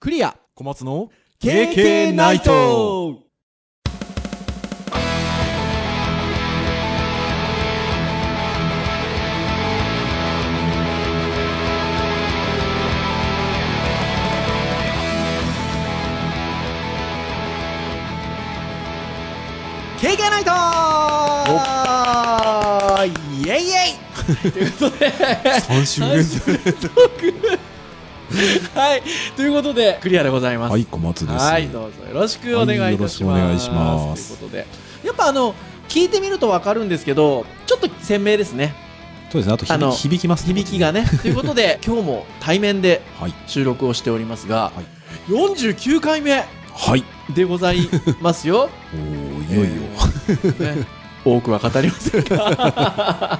クリア小松の KK ナイト。KK ナイトーイエイイエイということで 3週連続はい、ということでクリアでございます。 はい、小松です。 はい、どうぞよろしくお願いいたします。 はい、よろしくお願いします。 ということで、やっぱ聞いてみるとわかるんですけど、ちょっと鮮明ですね。 そうですね、あと響きますね。 響きがね。ということで、今日も対面で収録をしておりますが、はい、49回目でございますよ。 おー、いよいよ、 ね、多くは語りませんが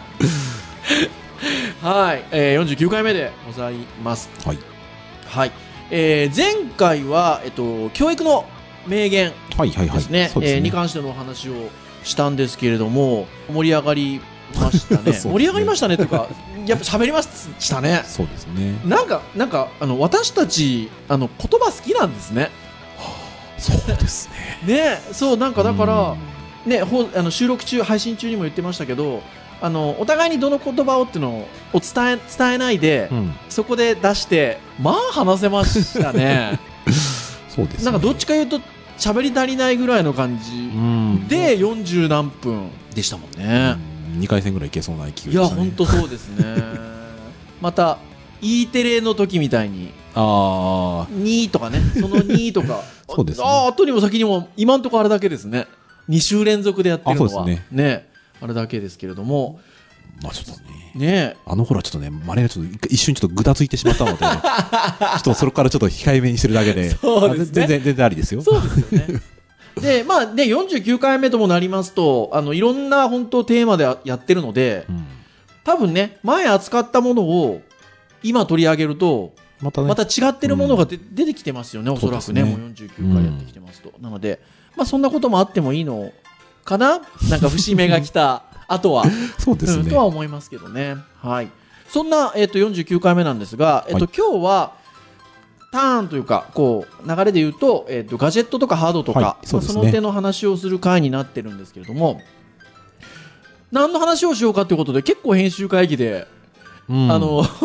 はい、49回目でございます。 はい。 はい、前回は、教育の名言ですね、に関してのお話をしたんですけれども、盛り上がりましたね。盛り上がりましたねというか、やっぱ喋りましたね。 そうですね。 なんか私たち言葉好きなんですね。 そうですね。 ね、そうなんかだからね、収録中配信中にも言ってましたけど。お互いにどの言葉をっていうのを伝えないで、そこで出してまあ話せましたね。 そうですね。 なんかどっちか言うと喋り足りないぐらいの感じで40何分でしたもんね。 2回戦ぐらいいけそうな勢いでしたね。 いや本当そうですね。また E テレの時みたいに2とかね、その2とかそうですね。 後にも先にも今のところあれだけですね。2週連続でやってるのはね。あれだけですけれども、 まあちょっとね、あの頃はちょっとね、マネがちょっと一瞬ちょっとぐたついてしまったので、ちょっとそれからちょっと控えめにしてるだけで、 そうですね、 全然ありですよ。 そうですよね。で、まあね、49回目ともなりますと、いろんな本当テーマでやってるので、多分ね、前扱ったものを今取り上げると、また違ってるものが出てきてますよね、おそらくね、もう49回やってきてますと。なので、まあそんなこともあってもいいのかな、なんか節目が来た後はそうですね、 とは思いますけどね。はい。そんな、49回目なんですが、今日はターンというかこう流れで言うと、ガジェットとかハードとか、その手の話をする回になってるんですけれども、何の話をしようかということで結構編集会議で、最近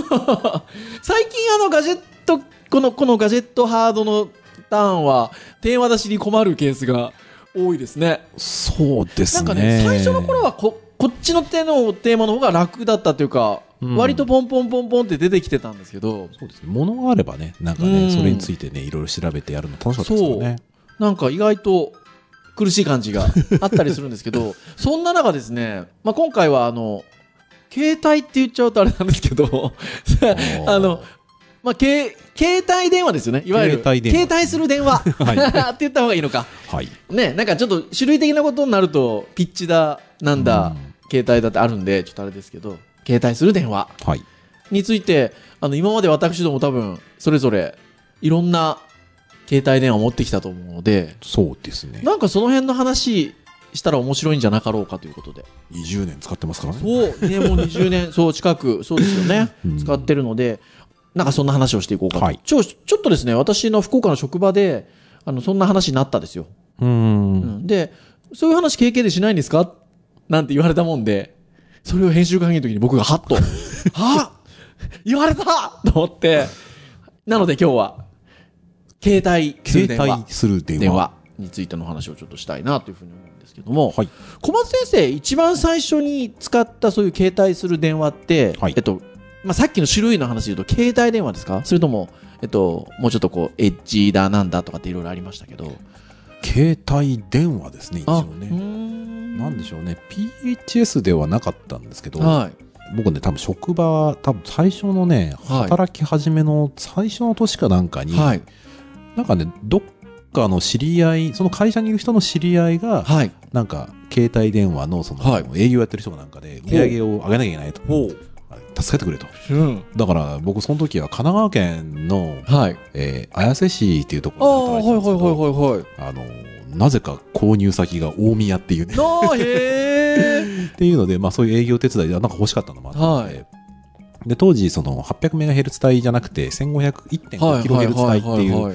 ガジェットこのガジェットハードのターンはテーマ出しに困るケースが多いですね。 そうですね。 なんかね、最初の頃はこっちの手のテーマの方が楽だったというか、割とポンポンポンポンって出てきてたんですけど、 そうですね。物があればね、なんかね、それについてね、いろいろ調べてやるの楽しかったですよね。 なんか意外と苦しい感じがあったりするんですけど、そんな中ですね、まあ今回は携帯って言っちゃうとあれなんですけど、まあ、携帯電話ですよね。いわゆる携帯する電話って言った方がいいのか。はい。ね、なんかちょっと種類的なことになるとピッチだなんだ、携帯だってあるんでちょっとあれですけど、携帯する電話について、今まで私ども多分それぞれいろんな携帯電話を持ってきたと思うので、 そうですね。 なんかその辺の話したら面白いんじゃなかろうかということで。 20年使ってますからね。 そうね、もう20年そう近くそうですよね。使ってるので。なんかそんな話をしていこうかと、はい、ちょっとですね、私の福岡の職場でそんな話になったんですよ。で、そういう話経験でしないんですかなんて言われたもんで、それを編集会議の時に僕がハッとは言われたと思って、なので今日は携帯する電話についての話をちょっとしたいなというふうに思うんですけども、はい、小松先生一番最初に使ったそういう携帯する電話って、はい、まあ、さっきの種類の話で言うと携帯電話ですか、それとも、もうちょっとこうエッジだなんだとかっていろいろありましたけど、 携帯電話ですね、一応ね。なんでしょうね、PHS ではなかったんですけど、はい、僕ね、多分職場、最初のね、働き始めの最初の年かなんかに、はい、なんかね、どっかの知り合い、その会社にいる人の知り合いが、はい、なんか携帯電話の営業やってる人がなんかで、売り上げを上げなきゃいけないと。助けてくれと、だから僕その時は神奈川県の、はい、綾瀬市っていうところで働いてたんですけど、なぜか購入先が大宮っていうねっていうので、まあ、そういう営業手伝いでなんか欲しかったのもあったので、で当時その 800MHz 帯じゃなくて 1501.5kHz 帯っていう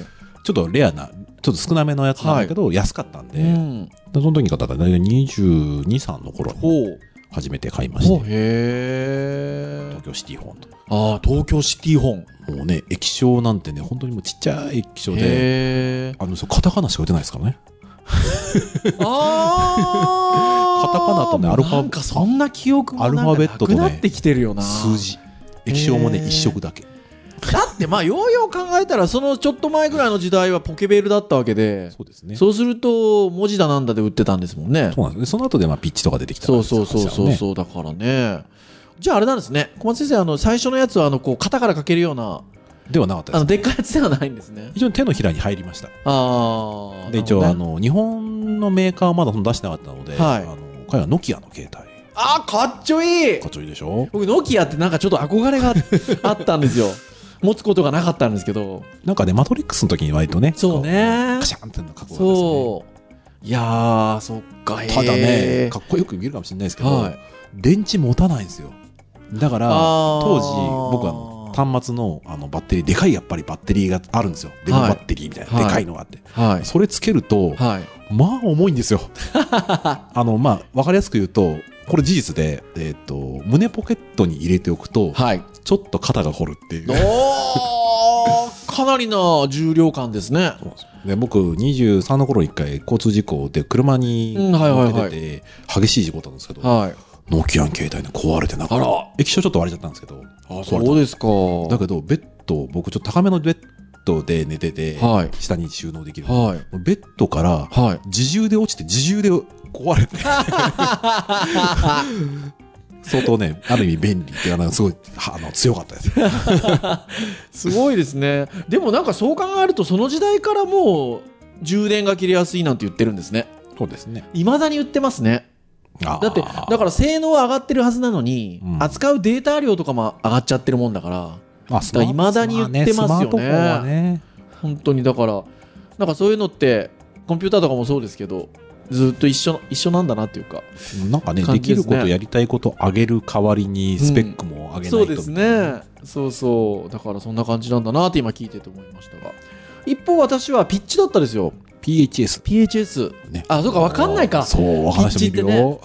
ちょっとレアな、ちょっと少なめのやつなんだけど、安かったんで、その時に買ったら大体22、3の頃に初めて買いまして、東京シティホンと。 東京シティホン。 もうね、液晶なんてね、本当にもうちっちゃい液晶で、カタカナしか打てないですからね。カタカナとね、アルファベット。 なんかそんな記憶もなくなってきてるよな。 数字。液晶もね、一色だけ。 だってまあようよう考えたらそのちょっと前ぐらいの時代はポケベルだったわけで、 そうですね。 そうすると文字だなんだで売ってたんですもんね。 そうなんですね。その後でまあピッチとか出てきたから、ね。 そうだからね。じゃああれなんですね。小松先生最初のやつはこう肩からかけるようなではなかったです。 でっかいやつではないんですね。 一応手のひらに入りました。で一応日本のメーカーはまだ出してなかったので、彼はノキアの携帯。 かっちょいい。 かっちょいいでしょ。 僕ノキアってなんかちょっと憧れがあったんですよ。持つことがなかったんですけど、 なんかねマトリックスの時に割とね、 そうね、 カシャンっての格好ですね。 そう、いやー、そっか。 ただね、かっこよく見えるかもしれないですけど、電池持たないんですよ。だから当時僕は端末のバッテリー、でかいやっぱりバッテリーがあるんですよ。デモバッテリーみたいな、でかいのがあって、それつけると、まあ重いんですよ。まあ分かりやすく言うと、これ事実で、胸ポケットに入れておくと、ちょっと肩が凝るっていう。 かなりな重量感ですね。 で僕23の頃1回交通事故で車に乗ってて激しい事故だったんですけど、ノキアン携帯で壊れてなかった。液晶ちょっと割れちゃったんですけど。 そうですか。 だけどベッド、僕ちょっと高めのベッドで寝てて、下に収納できる、ベッドから自重で落ちて自重で壊れて相当ね、ある意味便利っていうのはすごい強かったですすごいですね。でもなんかそう考えるとその時代からもう充電が切れやすいなんて言ってるんですね。 そうですね。 未だに言ってますね。だってだから性能は上がってるはずなのに、扱うデータ量とかも上がっちゃってるもんだから未だに言ってますよね。本当にだからなんかそういうのってコンピューターとかもそうですけど、ずっと一緒なんだなっていうか、 なんかね、できることやりたいこと上げる代わりにスペックも上げないと、 そうですね。そうだからそんな感じなんだなって今聞いてて思いましたが、一方私はピッチだったですよ。PHS、ね、そうか、分かんないか。 そう分かんない人もいるよ。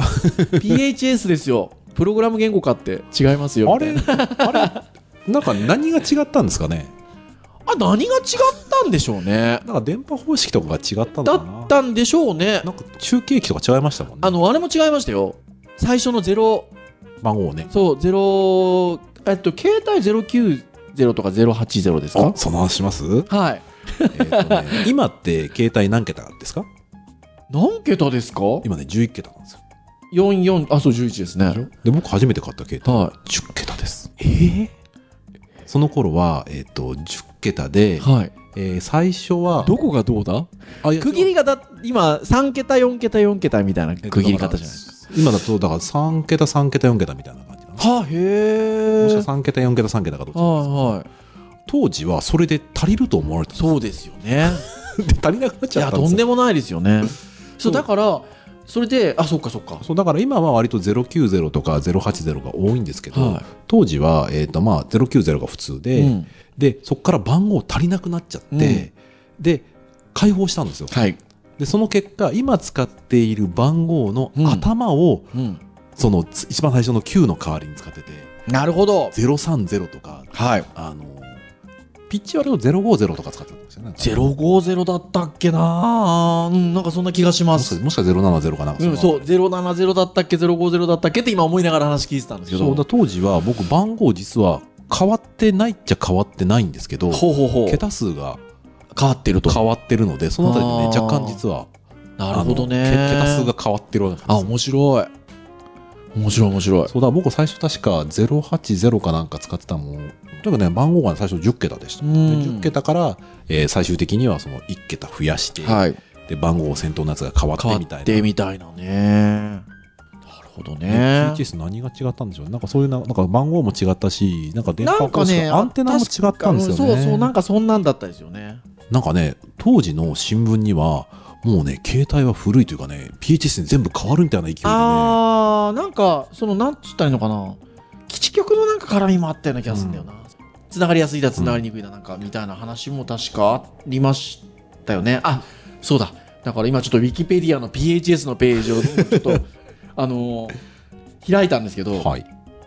PHS ですよ。プログラム言語化って違いますよ。 あれなんか何が違ったんですかね。 何が違ったんでしょうね。 なんか電波方式とかが違ったのかな。 だったんでしょうね。 なんか中継機とか違いましたもんね。 あれも違いましたよ。最初の0 番号ね。 そう、携帯090とか080ですか。 その話します？ はい。 今って携帯何桁ですか？ 何桁ですか？ 今ね11桁なんですよ。 44、そう11ですね。 で僕初めて買った携帯、10桁です。その頃は10桁で、最初はどこがどうだ？区切りが今3桁4桁4桁みたいな区切り方じゃないですか。 今だとだから3桁3桁4桁みたいな感じかな。 へえ。 もしくは3桁4桁3桁かどっちかです。当時はそれで足りると思われてた。 そうですよね。 で足りなくなっちゃったんですよ。 とんでもないですよね。そうだからそれでそっか。 そうだから今は割と090とか080が多いんですけど、当時は090が普通で、でそこから番号足りなくなっちゃって、で開放したんですよ。でその結果今使っている番号の頭を、その一番最初の9の代わりに使ってて。 なるほど。 030とか、ピッチは050とか使ってたんですよね。 050だったっけな。なんかそんな気がします。 もしかしたら070かな。 そう070だったっけ050だったっけって今思いながら話聞いてたんですけど。 そうだ、当時は僕番号実は変わってないっちゃ変わってないんですけど、桁数が変わってるので、そのあたりでね若干実はなるほどね、 桁数が変わってるわけです。 面白い。 そうだ、僕最初確か080かなんか使ってたもん。というかね、番号が最初10桁でした。で10桁から、最終的にはその1桁増やして、で番号先頭のやつが変わってみたいなね。なるほどね。PHS 何が違ったんでしょう。なんかそういうなんか番号も違ったし、なんか電波方式、アンテナも違ったんですよね。 なんかそんなんだったですよね。 なんかね、当時の新聞にはもうね、携帯は古いというかね、PHS に全部変わるみたいな勢いでね。 なんかなんつったらいいのかな、基地局のなんか絡みもあったような気がするんだよな。つながりやすいだつながりにくいだなんかみたいな話も確かありましだよね。あ、そうだ。だから今ちょっとウィキペディアの PHS のページをちょっと開いたんですけど、 はい、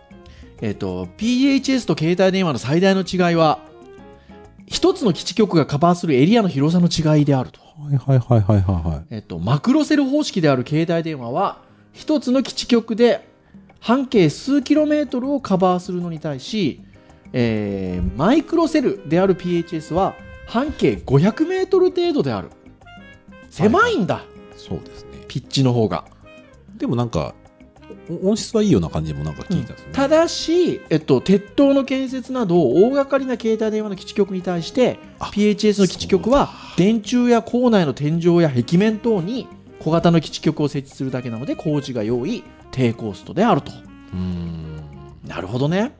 PHS と携帯電話の最大の違いは一つの基地局がカバーするエリアの広さの違いであると。 はいはいはいはいはいはい。 マクロセル方式である携帯電話は一つの基地局で半径数キロメートルをカバーするのに対し、マイクロセルである PHS は半径500メートル程度である。狭いんだ、はい、 そうですね、 ピッチの方が。 でもなんか音質はいいような感じもなんか聞いたんですね、 ただし、鉄塔の建設など大掛かりな携帯電話の基地局に対して PHS の基地局は電柱や構内の天井や壁面等に小型の基地局を設置するだけなので工事が容易、低コストであると。なるほどね。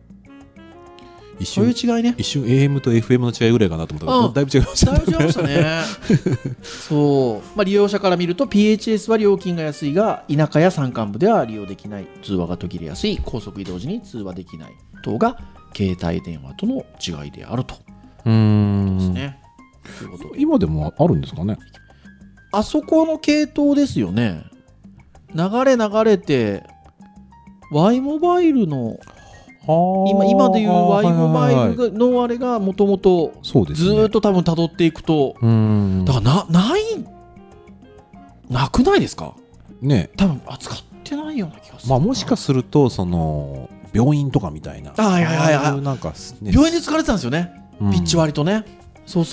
そういう違いね。 一瞬 AM と FM の違いぐらいかなと思ったらだいぶ違いましたね。 だいぶ違いましたねそう、利用者から見ると PHS は料金が安いが田舎や山間部では利用できない、通話が途切れやすい、高速移動時に通話できない等が携帯電話との違いであると。ですね。ということで今でもあるんですかね。 あそこの系統ですよね。流れて Y モバイルの今でいう Y モバイルのあれがもともとずっと多分辿っていくと、だからなくないですかね。多分扱ってないような気がする。 もしかするとその病院とかみたいな、 なんか、ね、病院で使われてたんですよね、ピッチ割とね。そう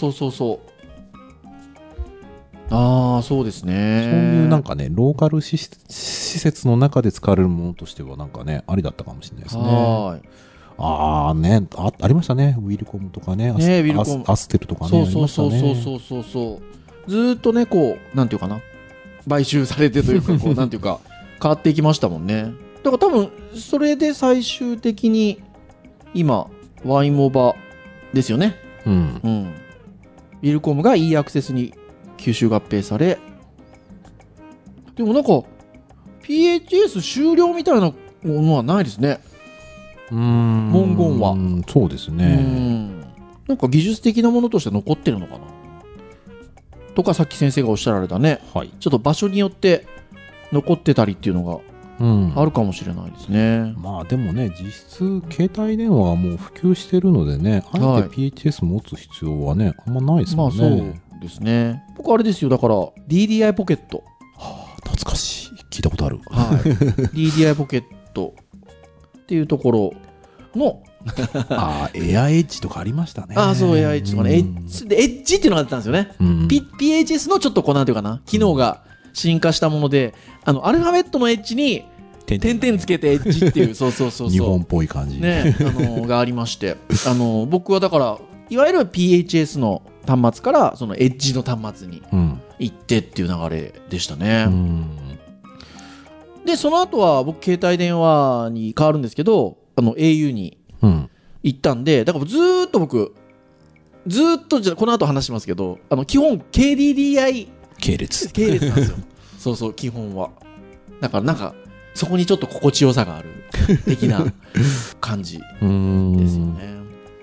そうですね。 そういうなんかね、ローカル施設の中で使われるものとしてはなんかね、ありだったかもしれないですね。ありましたね。ウィルコムとかね、アステルとかね。 そうずっとね、こうなんていうかな、買収されてというかこうなんていうか変わっていきましたもんね。だから多分それで最終的に今 Y モバですよね。ウィルコムが E アクセスに吸収合併され、でもなんか PHS 終了みたいなものはないですね。文言は。 そうですね。 なんか技術的なものとして残ってるのかなとか、さっき先生がおっしゃられたね、ちょっと場所によって残ってたりっていうのがあるかもしれないですね。 でもね、実質携帯電話はもう普及してるのでね、あえて PHS 持つ必要はね、あんまないですもんね。 そうですね。僕あれですよ、だから DDI ポケット、 懐かしい、聞いたことある、 DDI ポケットっていうところのエアエッジとかありましたね。 そうエアエッジとかね、エッジっていうのが出たんですよね。PHS のちょっとこうなんていうかな、機能が進化したもので、アルファベットのエッジに点々つけてエッジっていう日本っぽい感じね、がありまして、僕はだからいわゆる PHS の端末からそのエッジの端末に行ってっていう流れでしたね。でその後は僕携帯電話に変わるんですけど、au に行ったんで、だからずーっと僕じゃこの後話しますけど、基本 KDDI 系列なんですよ基本は。だからなんかそこにちょっと心地よさがある的な感じですよね。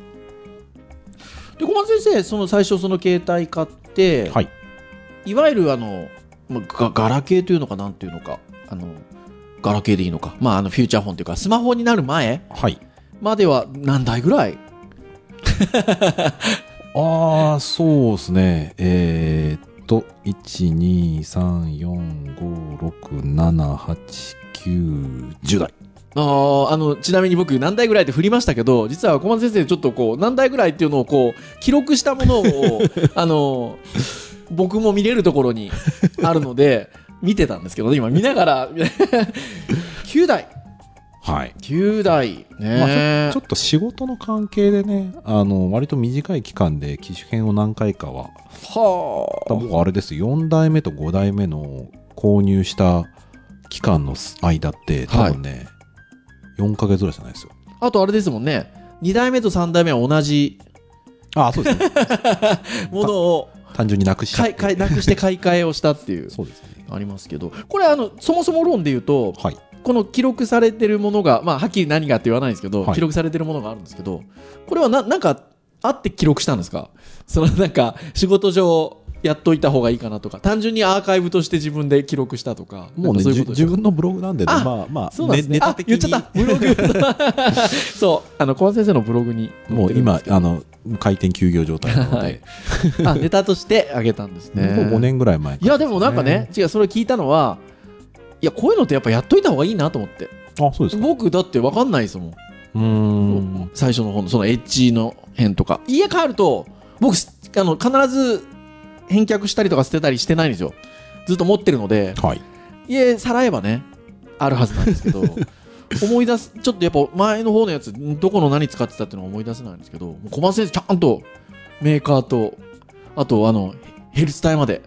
で小松先生、最初その携帯買って、いわゆるガラケーというのかなんていうのか、ガラケーでいいのか、フューチャーフォンというかスマホになる前までは何台ぐらいそうですね。1,2,3,4,5,6,7,8,9,10 台。 ちなみに僕何台ぐらいって振りましたけど、実は小松先生ちょっとこう何台ぐらいっていうのをこう記録したものを僕も見れるところにあるので見てたんですけど、今見ながら9台9台ね、 ちょっと仕事の関係でね、割と短い期間で機種変を何回かは僕あれですよ、4代目と5代目の購入した期間の間って多分ね、4ヶ月ぐらいじゃないですよ。 あとあれですもんね、2代目と3代目は同じそうですねものを単純になくして買い替えをしたっていうそうですね、 ありますけど、これそもそも論で言うと、この記録されてるものが、はっきり何がって言わないんですけど、記録されてるものがあるんですけど、これはなんかあって記録したんですか？なんか仕事上やっといた方がいいかなとか、単純にアーカイブとして自分で記録したとか。 もうね、自分のブログなんでね、まあ、 そうなんですね、 ネタ的に。 言っちゃった、ブログ。そう、小松先生のブログに。 もう今、開店休業状態なので。 ネタとしてあげたんですね。 もう5年ぐらい前、 いや、でもなんかね、違う、それ聞いたのは、いや、こういうのってやっぱやっといた方がいいなと思って。 あ、そうですか。 僕、だって分かんないですもん。最初の方の、そのエッジの辺とか。家帰ると、僕、必ず、返却したりとか捨てたりしてないんですよ。ずっと持ってるので、 はい、 家さらえばねあるはずなんですけど思い出す、ちょっとやっぱ前の方のやつどこの何使ってたっていうのは思い出せないんですけど、小松先生ちゃんとメーカーとあとヘルツ帯まで、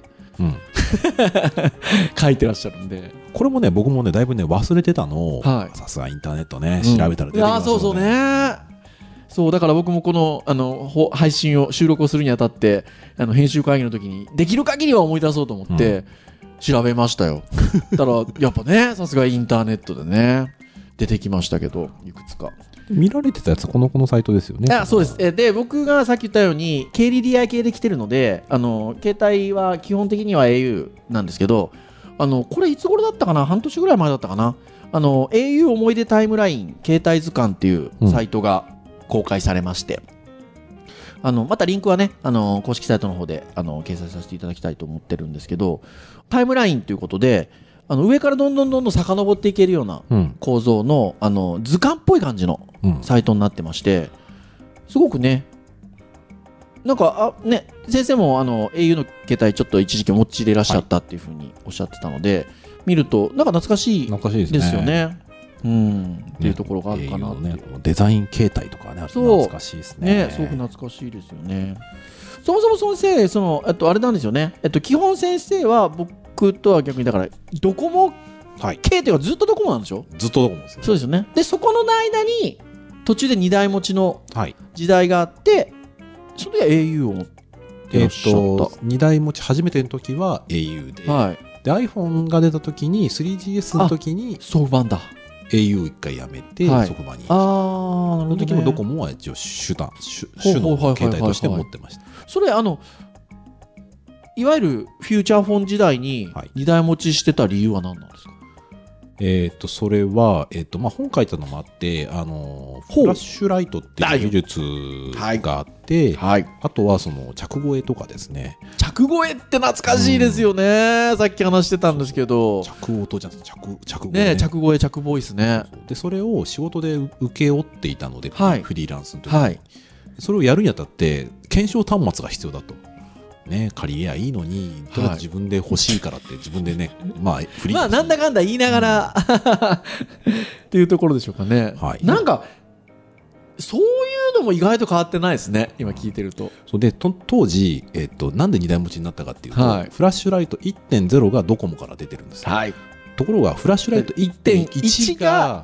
書いてらっしゃるんで、 これもね僕もねだいぶね忘れてたのを、さすがインターネットね、調べたら出てきますよね。 そうね。そうだから僕もこの配信を収録をするにあたって編集会議の時にできる限りは思い出そうと思って調べましたよ。だからやっぱね、さすがインターネットでね出てきましたけど、いくつか見られてたやつこのサイトですよね。 そうです。で僕がさっき言ったように KDDI 系で来てるので、携帯は基本的には au なんですけど、これいつ頃だったかな、半年ぐらい前だったかな、au 思い出タイムライン携帯図鑑っていうサイトが公開されまして、またリンクはね公式サイトの方で掲載させていただきたいと思ってるんですけど、タイムラインということで上からどんどん遡っていけるような構造の、図鑑っぽい感じのサイトになってまして、すごくね、なんかね、先生もau の携帯ちょっと一時期お持ちでいらっしゃったっていうふうにおっしゃってたので、見るとなんか懐かしいですよね。っていうところがあるかなっていう、 デザイン形態とかね、懐かしいですね。 すごく懐かしいですよね。そもそも先生あれなんですよね、基本先生は僕とは逆にだからドコモ系というかずっとドコモなんでしょ。 ずっとドコモですね。 そうですよね。でそこの間に途中で2台持ちの時代があって、それで au を持ってらっしゃった。 2台持ち初めての時は au で、で iPhone が出た時に 3GS の時にソフトバンだ au を一回やめて、ソフバに。その時もドコモは一応主の携帯として持ってました。 それいわゆるフューチャーフォン時代に2台持ちしてた理由は何なんですか？ それは、本書いたのもあって、フラッシュライトっていう技術があって、あとはその着越えとかですね。 着越えって懐かしいですよね。さっき話してたんですけど。 着音じゃなくて着越え。 ね、着越え、着ボイスね。 で、それを仕事で請け負っていたので、フリーランスの時に。それをやるにあたって、検証端末が必要だと。ね、借りりゃいいのに、とりあえず自分で欲しいからって自分でね、フリーなんだかんだ言いながら、っていうところでしょうかね。なんかそういうのも意外と変わってないですね、今聞いてると。 そうで当時、なんで2台持ちになったかっていうと、フラッシュライト 1.0 がドコモから出てるんですよ。ところがフラッシュライト 1.1 が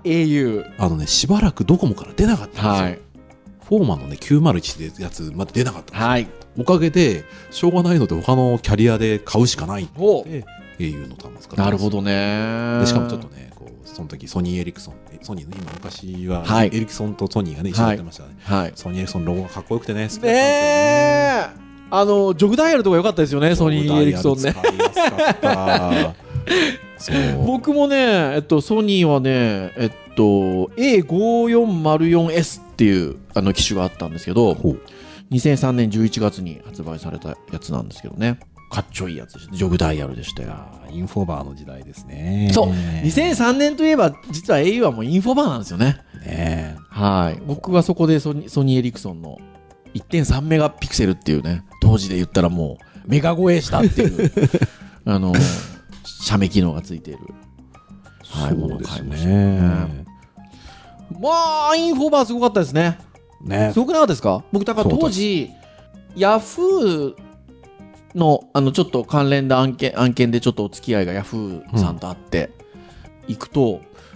au しばらくドコモから出なかったんですよ。フォーマンのね901でやつまで出なかったんですよ。おかげでしょうがないので他のキャリアで買うしかないって au の端末から。 なるほどね。 でしかもちょっとねその時ソニーエリクソン、ソニーの今昔はエリクソンとソニーがね一緒にやってましたね。ソニーエリクソンのロゴがかっこよくてね好きだったんですよね。 ジョグダイヤルとか良かったですよね、ソニーエリクソンね。僕もね、ソニーはね、A5404S っていう機種があったんですけど、2003年11月に発売されたやつなんですけどね、かっちょいいやつでした。ジョグダイヤルでしたよ。 インフォバーの時代ですね。 そう、2003年といえば実は au はもうインフォバーなんですよね。僕はそこでソニーエリクソンの 1.3 メガピクセルっていうね、当時で言ったらもうメガ超えしたっていう写メ機能がついているものを買いましたね。インフォバーすごかったですね。すごくなかったですか？僕だから当時ヤフーのちょっと関連で案件でちょっとお付き合いがヤフーさんとあって行くと、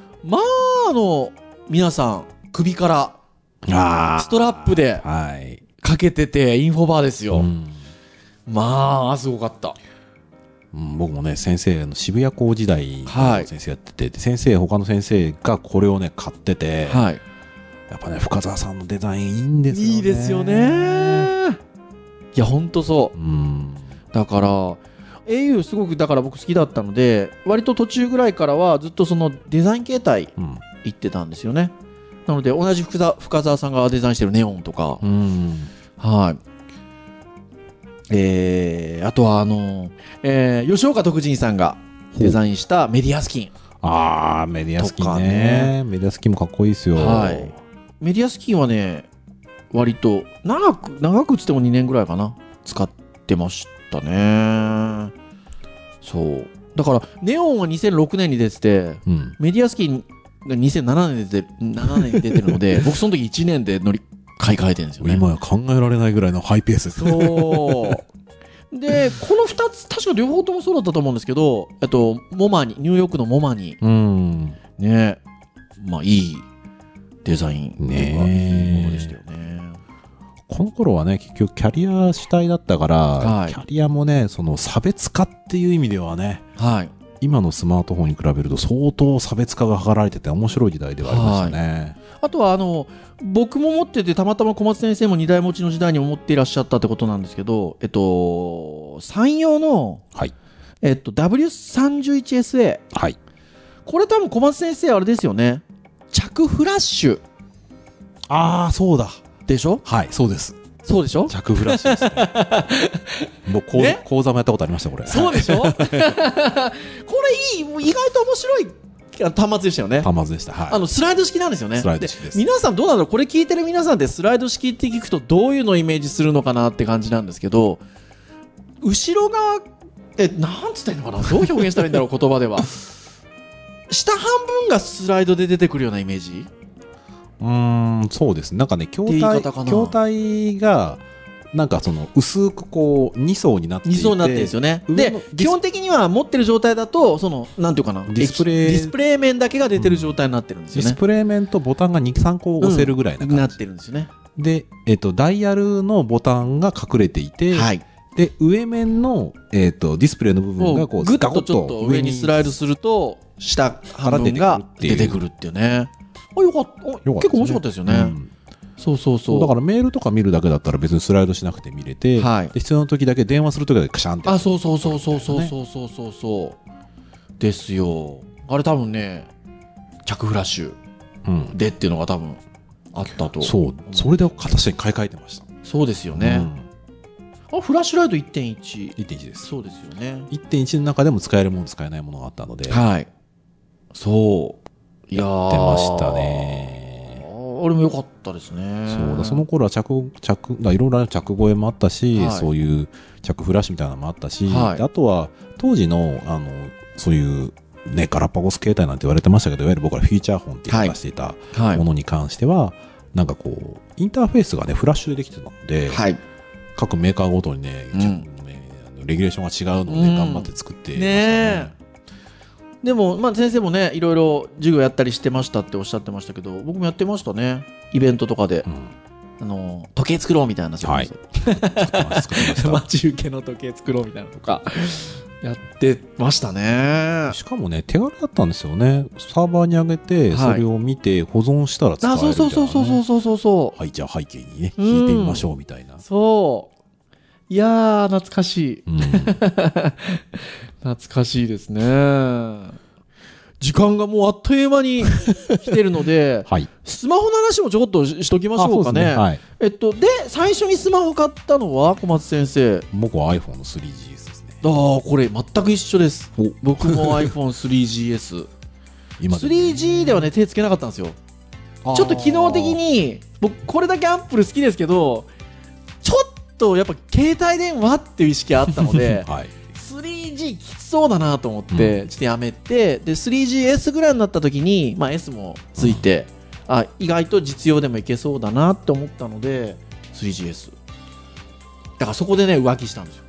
皆さん首からストラップでかけててインフォバーですよ。すごかった。 僕もね先生渋谷校時代の先生やってて、先生他の先生がこれをね買ってて、 やっぱね、深澤さんのデザインいいんですよね。 いいですよね。いや、ほんとそう。だから、au すごくだから僕好きだったので、割と途中ぐらいからはずっとそのデザイン形態行ってたんですよね。なので、同じ深澤さんがデザインしてるネオンとか、はい。あとは吉岡徳仁さんがデザインしたメディアスキン。 メディアスキンね。メディアスキンもかっこいいですよ。 はい。メディアスキンはね、割と長くつっても2年ぐらいかな、使ってましたね。そう。だから、ネオンは2006年に出てて、メディアスキンが2007年に出てるので、僕その時1年で買い替えてるんですよね。 今は考えられないぐらいのハイペースですね。 そう。で、この2つ、確か両方ともそうだったと思うんですけど、ニューヨークのモマに、ね、まあいいデザインね、いいものでしたよね。 この頃はね、結局キャリア主体だったから、キャリアもね、その差別化っていう意味ではね、今のスマートフォンに比べると相当差別化が図られてて面白い時代ではありましたね。 あとは僕も持ってて、たまたま小松先生も2台持ちの時代にも持っていらっしゃったってことなんですけど、山陽の、W31SA、これ多分小松先生あれですよね、着フラッシュ。 そうだでしょ。 はい、そうです。 そうでしょ。 着フラッシュですね。もう講座もやったことありました、これ。 そうでしょ。これいい、もう意外と面白い端末でしたよね。 端末でした。はい。 スライド式なんですよね。 スライド式です。 皆さんどうなんだろう、これ聞いてる皆さんってスライド式って聞くとどういうのをイメージするのかなって感じなんですけど、後ろ側なんつったらいいのかな、どう表現したらいいんだろう言葉では。下半分がスライドで出てくるようなイメージ。 そうですね。なんかね、筐体がなんかその薄くこう2層になっていて、 2層になってるんですよね。で、基本的には持ってる状態だと、そのなんていうかな、ディスプレイ面だけが出てる状態になってるんですよね。 ディスプレイ面とボタンが 2,3 個押せるぐらいな感じ、 なってるんですよね。 で、ダイヤルのボタンが隠れていて、で上面のディスプレイの部分がこうグッとちょっと上にスライドすると下半分が出てくるっていうね。よかった。結構面白かったですよね。そうだからメールとか見るだけだったら別にスライドしなくて見れて、で必要な時だけ電話する時だけカシャンって。 そうですよ。あれ多分ね、着フラッシュでっていうのが多分あったと。 それで形に買い替えてました。 そうですよね。フラッシュライト 1.1 です。 そうですよね。 1.1 の中でも使えるもの使えないものがあったので、 そうやってましたね。 俺も良かったですね。 その頃はいろんな着声もあったし、そういう着フラッシュみたいなのもあったし、あとは当時のそういうねガラパゴス携帯なんて言われてましたけど、いわゆる僕らフィーチャーフォンって言っていたものに関しては、なんかこうインターフェースがねフラッシュでできてたので、各メーカーごとにね、レギュレーションが違うのをね頑張って作ってましたね。 でも、先生もね、いろいろ授業やったりしてましたっておっしゃってましたけど、僕もやってましたね。イベントとかで。時計作ろうみたいな。待ち受けの時計作ろうみたいなとか、やってましたね。 しかもね、手軽だったんですよね。サーバーに上げて、それを見て保存したら使えるみたいな、ね。 そう。 はい、じゃあ背景にね、引いてみましょうみたいな。 いやー、懐かしい。懐かしいですね。時間がもうあっという間に来てるので、スマホの話もちょこっとしときましょうかね。で、最初にスマホ買ったのは小松先生。 僕は iPhone の 3GS ですね。 これ全く一緒です。僕も iPhone3GS。3G ではね、手つけなかったんですよ。ちょっと機能的に、僕これだけアップル好きですけど、ちょっとやっぱ携帯電話っていう意識あったので、3G きつそうだなと思って、ちょっとやめて、で 3GS ぐらいになった時に、S もついて、意外と実用でもいけそうだなって思ったので 3GS だからそこでね浮気したんですよ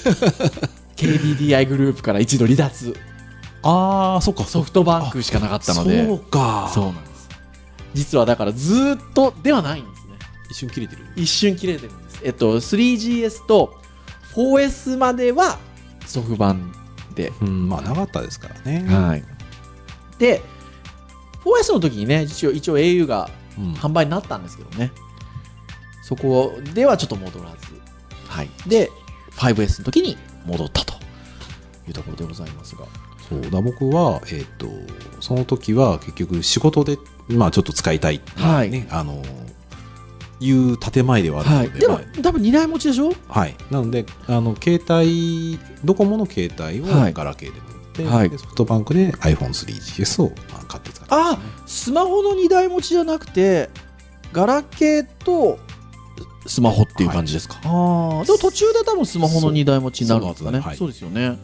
KDDI グループから一度離脱。 そっか、 ソフトバンクしかなかったので。 そうなんです。実はだからずっとではないんですね。 一瞬切れてるんです。3GS と 4S まではソフバンで、 なかったですからね。 で 4S の時にね一応 au が販売になったんですけどね、そこではちょっと戻らず、はい、で 5S の時に戻ったというところでございますが、 そうだ僕は、その時は結局仕事で、まあ、ちょっと使いたい、 はいね、いう建前ではあるので、 はい、でも多分2台持ちでしょ。 はい、なので携帯ドコモの携帯をガラケーで持って、はい、でソフトバンクで iPhone3GS を買って使ってます、ね、 スマホの2台持ちじゃなくてガラケーとスマホっていう感じですか。でも途中で多分スマホの2台持ちになるんですかね。そうですよね。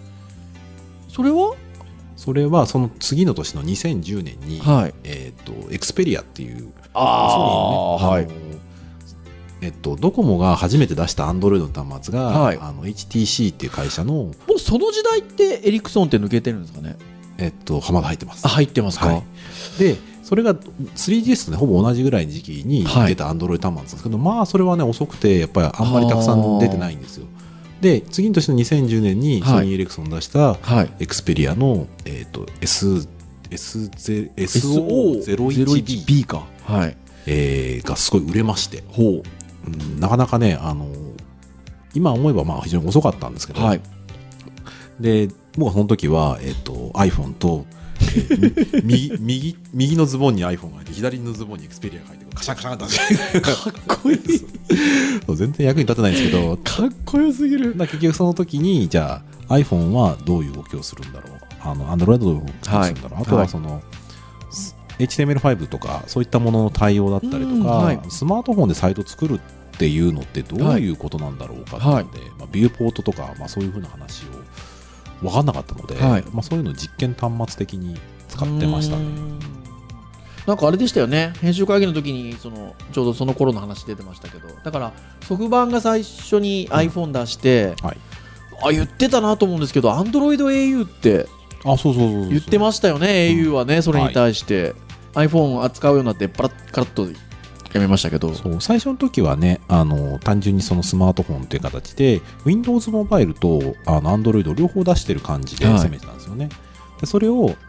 それはその次の年の2010年に、 はい、 エクスペリアっていう、ドコモが初めて出した Android の端末が、はい、HTC っていう会社の、もうその時代ってエリクソンって抜けてるんですかね。 まだ入ってます。 入ってますか。 はい、でそれが 3GS と、ね、ほぼ同じぐらいの時期に出た Android 端末なんですけど、まあそれはね遅くてやっぱりあんまりたくさん出てないんですよ。で次の年の2010年にソニーエレクソン出したエクスペリアの、SO01B か、はい、 がすごい売れまして、なかなかね、今思えばまあ非常に遅かったんですけど、はい、で僕はその時は、iPhone と、右のズボンに iPhone が入って左のズボンにエクスペリアが入ってカシャカシャンってかっこいい全然役に立てないんですけどかっこよすぎる。 結局その時にじゃあ iPhone はどういう動きをするんだろう、Android どういう動きをするんだろう、はい、あとはその、はい、HTML5 とかそういったものの対応だったりとか、はい、スマートフォンでサイト作るっていうのってどういうことなんだろうかっていうので、まあ、ビューポートとか、まあ、そういうふうな話を分かんなかったので、はい、まあ、そういうのを実験端末的に使ってましたね。 なんかあれでしたよね、編集会議の時にちょうどその頃の話出てましたけど、だからソフバンが最初に iPhone 出して、はい、言ってたなと思うんですけど Android au って言ってましたよね。 au はねそれに対して、はい、iPhone 扱うようになってカラッとやめましたけど、 そう最初の時はね単純にそのスマートフォンという形で Windows モバイルとAndroid 両方出してる感じで攻めてたんですよね、はい、でそれを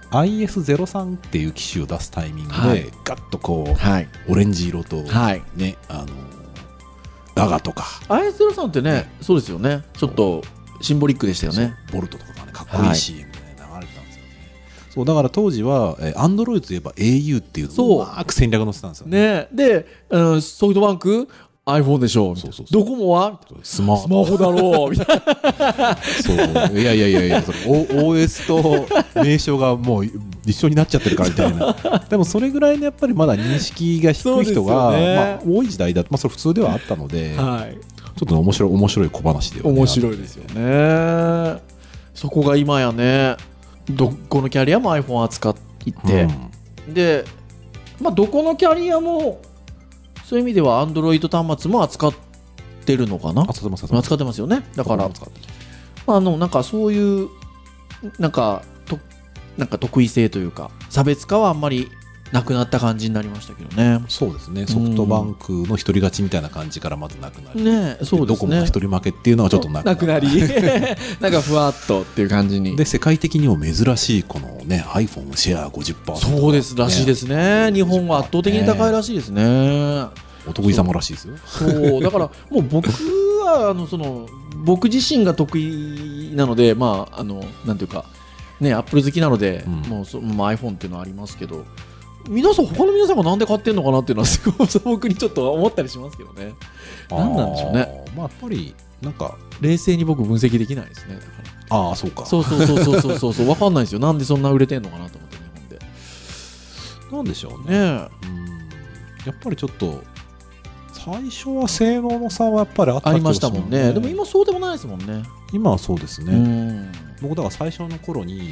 IS03 っていう機種を出すタイミングで、はい、ガッとこう、はい、オレンジ色と、はい、ねガガとか IS03 ってね、そうですよね、ちょっとシンボリックでしたよね。 ボルトとかがねかっこいい CM で、ね、流れてたんですよね。そうだから当時はAndroid といえば au っていううまく戦略乗せたんですよ ね。 でソフトバンクiPhone でしょ、そうドコモはスマホだろうみたいなそういやそれ OS と名称がもう一緒になっちゃってるからみたいなでもそれぐらいのやっぱりまだ認識が低い人が、ね、まあ、多い時代だと、まあ、それ普通ではあったので、はい、ちょっと面白い小話で、ね、 面白いですよね。そこが今やねどこのキャリアも iPhone 扱っていて、で、まあ、どこのキャリアもそういう意味では Android 端末も扱ってるのかな。扱ってますよね。だからなんかそういうなんか得意性というか差別化はあんまりなくなった感じになりましたけどね。 そうですね。ソフトバンクの一人勝ちみたいな感じからまずなくなり、 ね、そうですね。 ドコモの一人負けっていうのはちょっとなくなりなんかふわっとっていう感じに。 で世界的にも珍しいこのね iPhone シェア 50%、 そうですらしいですね。日本は圧倒的に高いらしいですね。 お得意様らしいですよ。 そうだからもう僕は僕自身が得意なので、まあなんていうかね、アップル好きなので、もうiPhone っていうのはありますけど、他の皆さんがなんで買ってんのかなっていうのはすごい僕にちょっと思ったりしますけどね。なんなんでしょうね。 まあやっぱりなんか冷静に僕分析できないですね。だからそうか。 そう分かんないですよ。なんでそんな売れてんのかなと思って日本で。 なんでしょうね。やっぱりちょっと最初は性能の差はやっぱりありましたもんね。でも今そうでもないですもんね。 今はそうですね。僕だから最初の頃に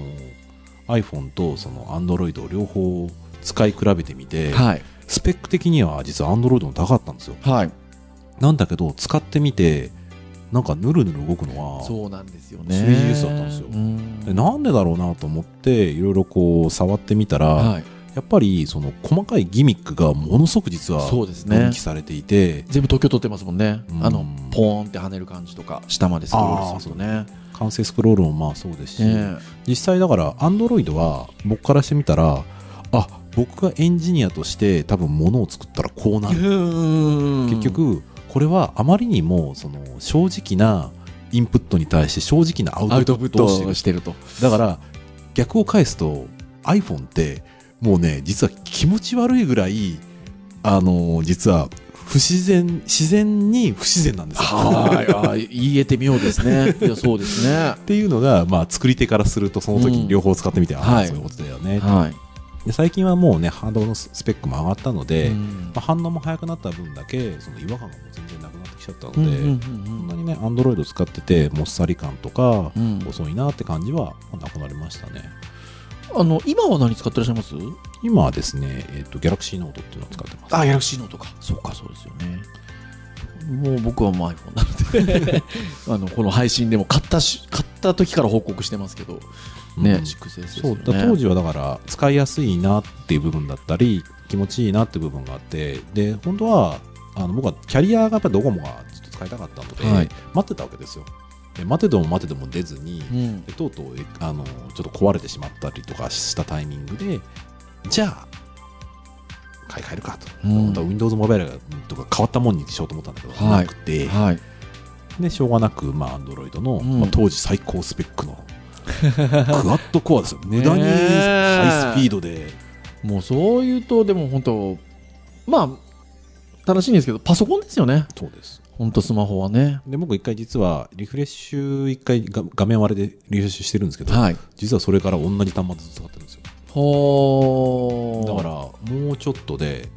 iPhone とその Android を両方使い比べてみて、はい、スペック的には実は Android の高かったんですよ、はい、なんだけど使ってみてなんかヌルヌル動くのはそうなんですよね 3GS だったんですよ。でなんでだろうなと思っていろいろこう触ってみたら、はい、やっぱりその細かいギミックがものすごく実は分岐されていて、 全部特許取ってますもんね。ポーンって跳ねる感じとか下までスクロールするとね、 完成スクロールもまあそうですし、実際だから Android は僕からしてみたら僕がエンジニアとして多分物を作ったらこうなる。結局これはあまりにもその正直なインプットに対して正直なアウトプットをしてると。だから逆を返すと iPhone ってもうね実は気持ち悪いぐらい実は自然に不自然なんですよ。 言えてみようですね。いやそうですね。 っていうのが、まあ、作り手からするとその時に両方使ってみて、そういうことだよね。で最近はもうねハードのスペックも上がったので、反応も速くなった分だけその違和感がもう全然なくなってきちゃったので、そんなにね Android 使っててもっさり感とか、遅いなって感じはなくなりましたね。 今は何使ってらっしゃいます？ 今はですね、Galaxy Note っていうのを使ってます。 Galaxy Note か。そうか、そうですよね。もう僕はもう iPhone なのでこの配信でも買った時から報告してますけどね、6S ですよね。 そうだ、当時はだから使いやすいなっていう部分だったり気持ちいいなっていう部分があって、で本当は僕はキャリアがやっぱりドコモがずっと使いたかったので、待ってたわけですよ。待てども出ずに、とうとうちょっと壊れてしまったりとかしたタイミングで、じゃあ買い替えるかと、本当は Windows モバイルとか変わったもんにしようと思ったんだけど、なくて、でしょうがなく、Android の、当時最高スペックのクワッドコアですよ。無駄にハイスピードで、 もうそういうとでも本当まあ正しいんですけどパソコンですよね。 そうです。 本当スマホはね。 で僕一回実はリフレッシュ一回画面割れでリフレッシュしてるんですけど、実はそれから同じ端末使ってるんですよ。だからもうちょっとで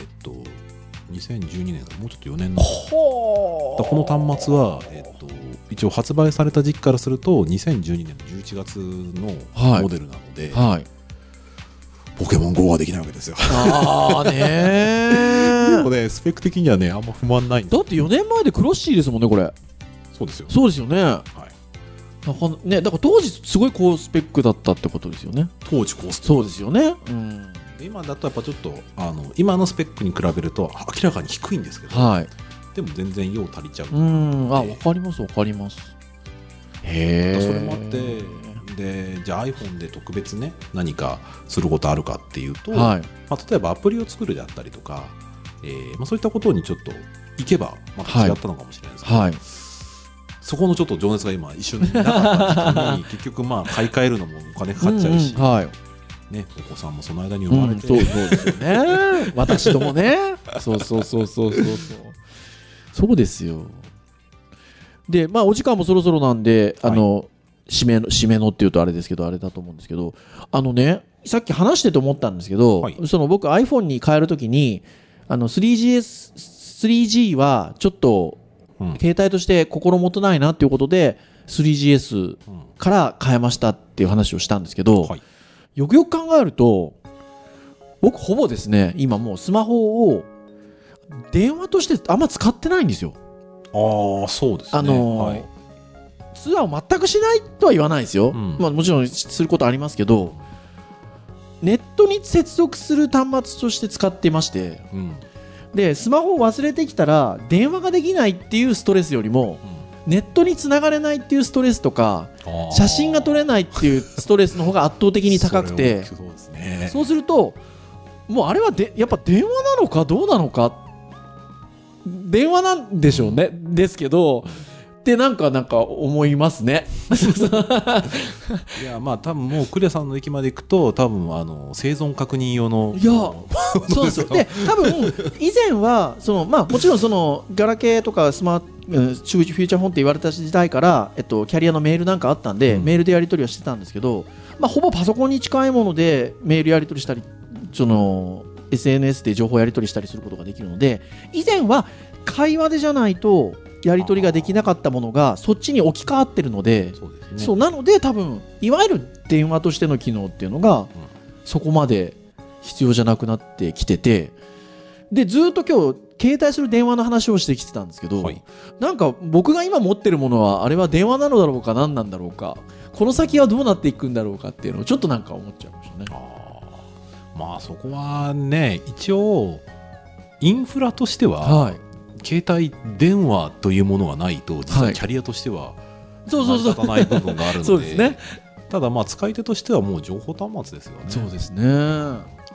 2012年もうちょっと4年のこの端末は一応発売された時期からすると2012年の11月のモデルなので、ポケモン GO はできないわけですよ。でもねスペック的にはねあんま不満ないんです。 だって4年前でクロッシーですもんねこれ。 そうですよ。 そうですよね。だから当時すごい高スペックだったってことですよね。 当時高スペック。 そうですよね。 今だとやっぱちょっと今のスペックに比べると明らかに低いんですけど、でも全然用足りちゃう。 わかりますわかります。へえ。 それもあってでじゃあ iPhone で特別ね何かすることあるかっていうと、例えばアプリを作るであったりとか、そういったことにちょっといけばまた違ったのかもしれないですけど、そこのちょっと情熱が今一瞬なかった時に結局買い替えるのもお金かかっちゃうし、ね、お子さんもその間に生まれて、 そうですよね。私ともね。そうですよ。でお時間もそろそろなんで締めのっていうとあれですけどあれだと思うんですけどさっき話してて思ったんですけど、その僕 iPhone に変えるときに3G はちょっと携帯として心もとないなっていうことで 3GS から変えましたっていう話をしたんですけど、よくよく考えると僕ほぼですね今もうスマホを電話としてあんま使ってないんですよ。 そうですね。 通話を全くしないとは言わないですよ。もちろんすることありますけどネットに接続する端末として使っていまして、でスマホを忘れてきたら電話ができないっていうストレスよりも、ネットにつながれないっていうストレスとか写真が撮れないっていうストレスの方が圧倒的に高くてそうするともうあれはやっぱ電話なのかどうなのか電話なんでしょうね、ですけどってなんか思いますね。 いや多分もうクレさんの駅まで行くと多分生存確認用のそうですよ。で多分以前はもちろんガラケーとかフューチャーフォンって言われた時代から、キャリアのメールなんかあったんで、メールでやり取りはしてたんですけど、ほぼパソコンに近いものでメールやり取りしたりSNS で情報やり取りしたりすることができるので、以前は会話でじゃないとやり取りができなかったものがそっちに置き換わってるので、なので多分いわゆる電話としての機能っていうのがそこまで必要じゃなくなってきてて、でずっと今日携帯する電話の話をしてきてたんですけど、なんか僕が今持ってるものはあれは電話なのだろうか何なんだろうか、この先はどうなっていくんだろうかっていうのをちょっと思っちゃいましたね。 そこはね一応インフラとしては、携帯電話というものがないと実はキャリアとしては成り立たない部分があるので、そうですね。ただ使い手としてはもう情報端末ですよね。 そうですね。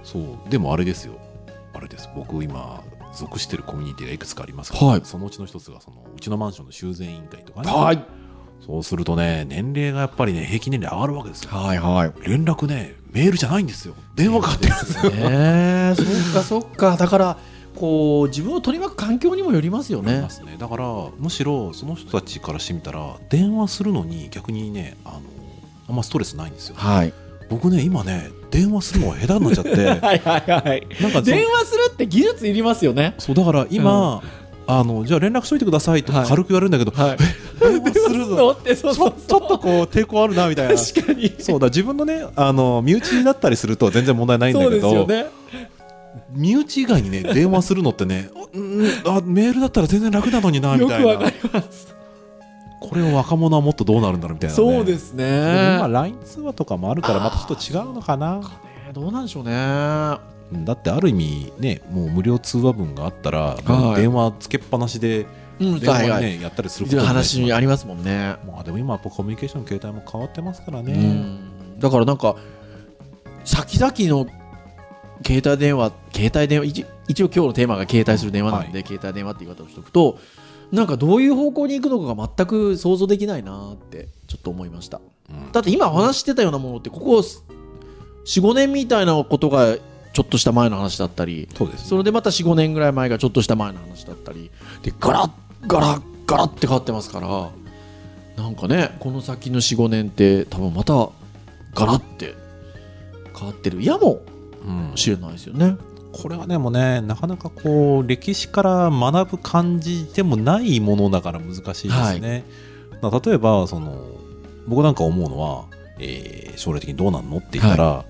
そうでもあれですよ、あれです、僕今属してるコミュニティがいくつかありますから、はい、そのうちの一つがうちのマンションの修繕委員会とかね、はい、そうするとね、年齢がやっぱりね、平均年齢上がるわけですよ。はいはい。連絡ね、メールじゃないんですよ。電話かかってるんですよ。 そっかそっか。だからこう自分を取り巻く環境にもよりますよね。 ますね。だからむしろその人たちからしてみたら、電話するのに逆にね、あんまストレスないんですよ。はい。僕ね、今ね、電話するのが下手になっちゃってはいはいはい。 なんか電話するって技術いりますよね。 そうだから今、じゃあ連絡しといてくださいと軽く言われるんだけど、はい、電話するのってちょっとこう抵抗あるなみたいな。 確かに。 そうだ、自分のね、身内だったりすると全然問題ないんだけど、そうですよね、身内以外にね、電話するのってねメールだったら全然楽なのになみたいな。よくわかります。これを若者はもっとどうなるんだろうみたいな、ね、 そうですね。 今 LINE 通話とかもあるからまたちょっと違うのかな。 どうなんでしょうね。 だってある意味ね、もう無料通話分があったら、もう電話つけっぱなしで電話ね、やったりすることも話ありますもんね。 まあでも今やっぱコミュニケーションの形態も変わってますからね。 だからなんか先々の携帯電話一応今日のテーマが携帯する電話なんで、携帯電話って言い方をしておくと、なんかどういう方向に行くのかが全く想像できないなってちょっと思いました。だって今お話してたようなものってここ 4,5 年みたいなことがちょっとした前の話だったり、そうですね、それでまた 4,5 年ぐらい前がちょっとした前の話だったりで、ガラッって変わってますから、なんかね、この先の 4,5 年って多分またガラッって変わってるやもしれないですよね。 これはね、もうね、なかなかこう歴史から学ぶ感じでもないものだから難しいですね。はい、例えば僕なんか思うのは、将来的にどうなんのって言ったら、はい、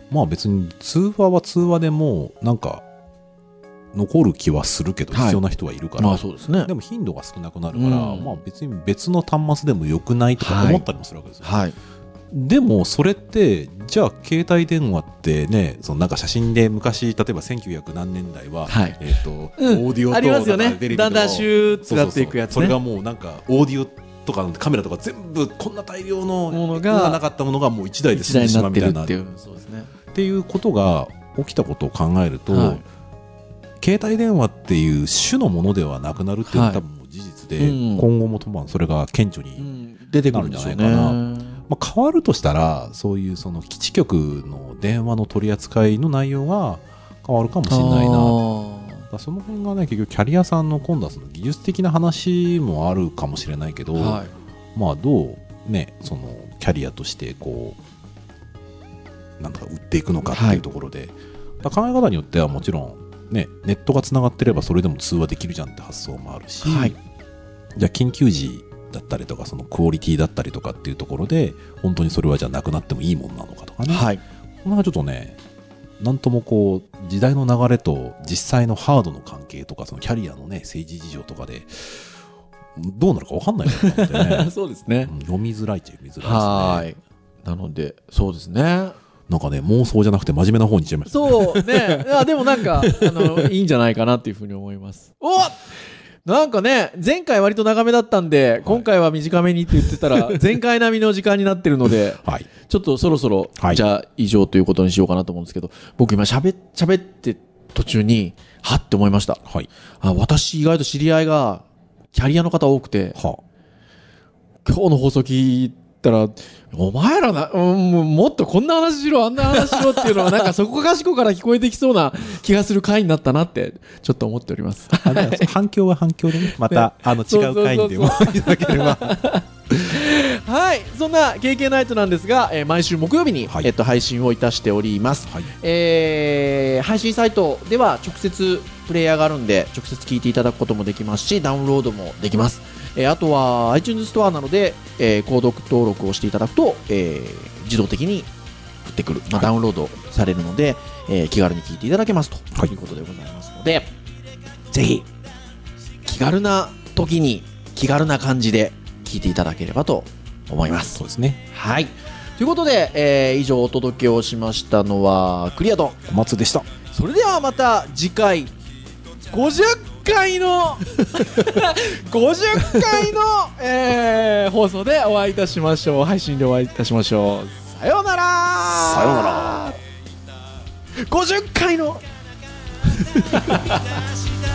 まあ別に通話は通話でもなんか残る気はするけど、必要な人はいるから、はい、まあそうですね、でも頻度が少なくなるから、まあ別に別の端末でもよくないとか思ったりもするわけですよ。はいはい、でもそれってじゃあ携帯電話ってね、なんか写真で昔例えば1900何年代は、はい、オーディオとありますよね。だんだんシューッとなっていくやつね。 それがもうなんかオーディオとかカメラとか全部こんな大量のものがなかったものがもう1台で済んでしまうみたいなっていうことが起きたことを考えると、はい、携帯電話っていう種のものではなくなるっていうのは多分もう事実で、今後も多分それが顕著に出てくるんじゃないかな。まあ、変わるとしたらそういう基地局の電話の取り扱いの内容が変わるかもしれないな。その辺がね、結局キャリアさんの今度は技術的な話もあるかもしれないけど、はい、まあどうね、キャリアとしてこうなんとか売っていくのかっていうところで、はい、考え方によってはもちろんね、ネットがつながってればそれでも通話できるじゃんって発想もあるし、はい、じゃあ緊急時だったりとかクオリティだったりとかっていうところで本当にそれはじゃあなくなってもいいものなのかとかね、はい、なんかちょっとね、なんともこう時代の流れと実際のハードの関係とかキャリアのね、政治事情とかでどうなるか分かんないなと思ってねそうですね、 読みづらいっちゃ読みづらいですね。 はい、なのでそうですね、 なんかね、妄想じゃなくて真面目な方にいっちゃいました。 そうね、いやでもなんかいいんじゃないかなっていうふうに思います。おなんかね、前回割と長めだったんで、今回は短めにって言ってたら、前回並みの時間になってるので、はい、ちょっとそろそろ、じゃあ以上ということにしようかなと思うんですけど、僕今喋って途中に、はって思いました。はい、私意外と知り合いが、キャリアの方多くて、今日の放送聞いたら、お前らもっとこんな話しろ、あんな話しろっていうのは、なんかそこかしこから聞こえてきそうな気がする回になったなって、ちょっと思っております。 反響は反響でね、また、ね、違う回にでもいただければ。 はい、そんな KK ナイトなんですが、毎週木曜日に、はい、配信をいたしております。はい、配信サイトでは直接プレイヤーがあるんで、直接聞いていただくこともできますし、ダウンロードもできます。あとは iTunes ストアなので、購読登録をしていただくと、自動的に降ってくる、ダウンロードされるので、気軽に聞いていただけますということでございますので、ぜひ気軽な時に気軽な感じで聞いていただければと思います。 そうですね。 はい。ということで、以上お届けをしましたのはクリアと小松でした。 それではまた次回50回の50回の、放送でお会いいたしましょう。配信でお会いいたしましょう。さようなら。 さようなら。 50回の